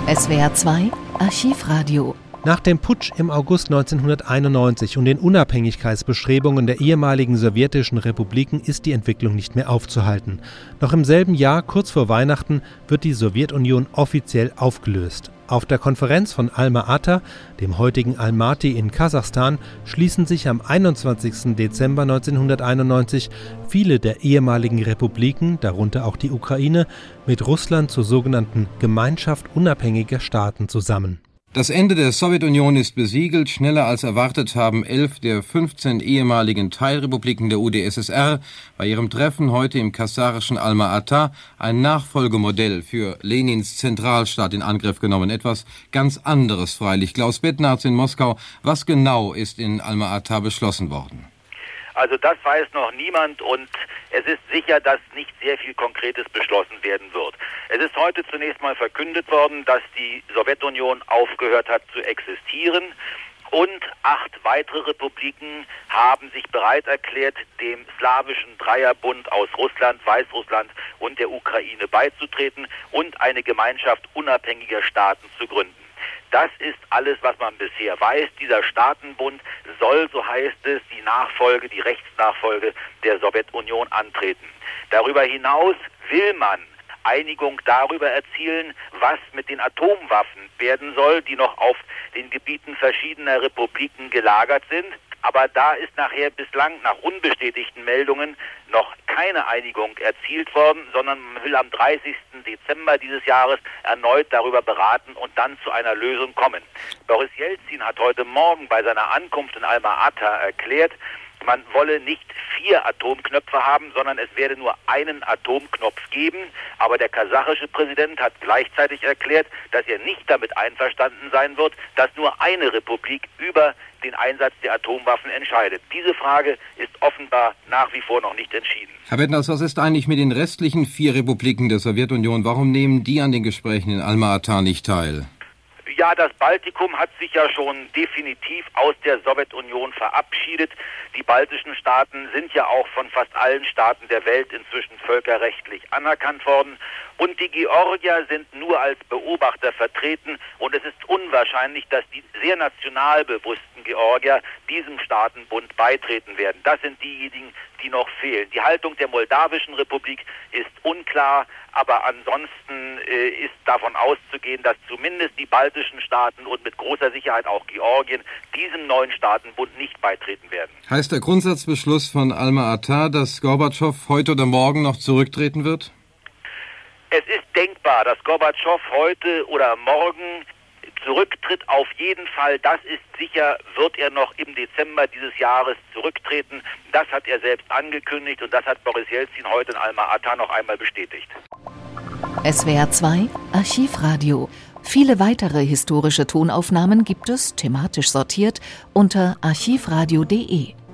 SWR 2 Archivradio. Nach dem Putsch im August 1991 und den Unabhängigkeitsbestrebungen der ehemaligen sowjetischen Republiken ist die Entwicklung nicht mehr aufzuhalten. Noch im selben Jahr, kurz vor Weihnachten, wird die Sowjetunion offiziell aufgelöst. Auf der Konferenz von Alma-Ata, dem heutigen Almaty in Kasachstan, schließen sich am 21. Dezember 1991 viele der ehemaligen Republiken, darunter auch die Ukraine, mit Russland zur sogenannten Gemeinschaft unabhängiger Staaten zusammen. Das Ende der Sowjetunion ist besiegelt. Schneller als erwartet haben 11 der 15 ehemaligen Teilrepubliken der UdSSR bei ihrem Treffen heute im kasachischen Alma-Ata ein Nachfolgemodell für Lenins Zentralstaat in Angriff genommen. Etwas ganz anderes freilich. Klaus Bettnarz in Moskau. Was genau ist in Alma-Ata beschlossen worden? Also das weiß noch niemand und es ist sicher, dass nicht sehr viel Konkretes beschlossen werden wird. Es ist heute zunächst mal verkündet worden, dass die Sowjetunion aufgehört hat zu existieren und 8 weitere Republiken haben sich bereit erklärt, dem slawischen Dreierbund aus Russland, Weißrussland und der Ukraine beizutreten und eine Gemeinschaft unabhängiger Staaten zu gründen. Das ist alles, was man bisher weiß. Dieser Staatenbund soll, so heißt es, die Rechtsnachfolge der Sowjetunion antreten. Darüber hinaus will man Einigung darüber erzielen, was mit den Atomwaffen werden soll, die noch auf den Gebieten verschiedener Republiken gelagert sind. Aber da ist nachher bislang nach unbestätigten Meldungen noch keine Einigung erzielt worden, sondern man will am 30. Dezember dieses Jahres erneut darüber beraten und dann zu einer Lösung kommen. Boris Jelzin hat heute Morgen bei seiner Ankunft in Alma-Ata erklärt, man wolle nicht 4 Atomknöpfe haben, sondern es werde nur einen Atomknopf geben. Aber der kasachische Präsident hat gleichzeitig erklärt, dass er nicht damit einverstanden sein wird, dass nur eine Republik über den Einsatz der Atomwaffen entscheidet. Diese Frage ist offenbar nach wie vor noch nicht entschieden. Herr Bettnarz, was ist eigentlich mit den restlichen 4 Republiken der Sowjetunion? Warum nehmen die an den Gesprächen in Alma-Ata nicht teil? Ja, das Baltikum hat sich ja schon definitiv aus der Sowjetunion verabschiedet. Die baltischen Staaten sind ja auch von fast allen Staaten der Welt inzwischen völkerrechtlich anerkannt worden. Und die Georgier sind nur als Beobachter vertreten. Und es ist unwahrscheinlich, dass die sehr nationalbewussten Georgier diesem Staatenbund beitreten werden. Das sind diejenigen, die noch fehlen. Die Haltung der Moldawischen Republik ist unklar, aber ansonsten ist davon auszugehen, dass zumindest die baltischen Staaten und mit großer Sicherheit auch Georgien diesem neuen Staatenbund nicht beitreten werden. Heißt der Grundsatzbeschluss von Alma-Ata, dass Gorbatschow heute oder morgen noch zurücktreten wird? Es ist denkbar, dass Gorbatschow heute oder morgen zurücktritt. Auf jeden Fall, das ist sicher, wird er noch im Dezember dieses Jahres zurücktreten. Das hat er selbst angekündigt und das hat Boris Jelzin heute in Alma-Ata noch einmal bestätigt. SWR 2 Archivradio. Viele weitere historische Tonaufnahmen gibt es, thematisch sortiert, unter archivradio.de.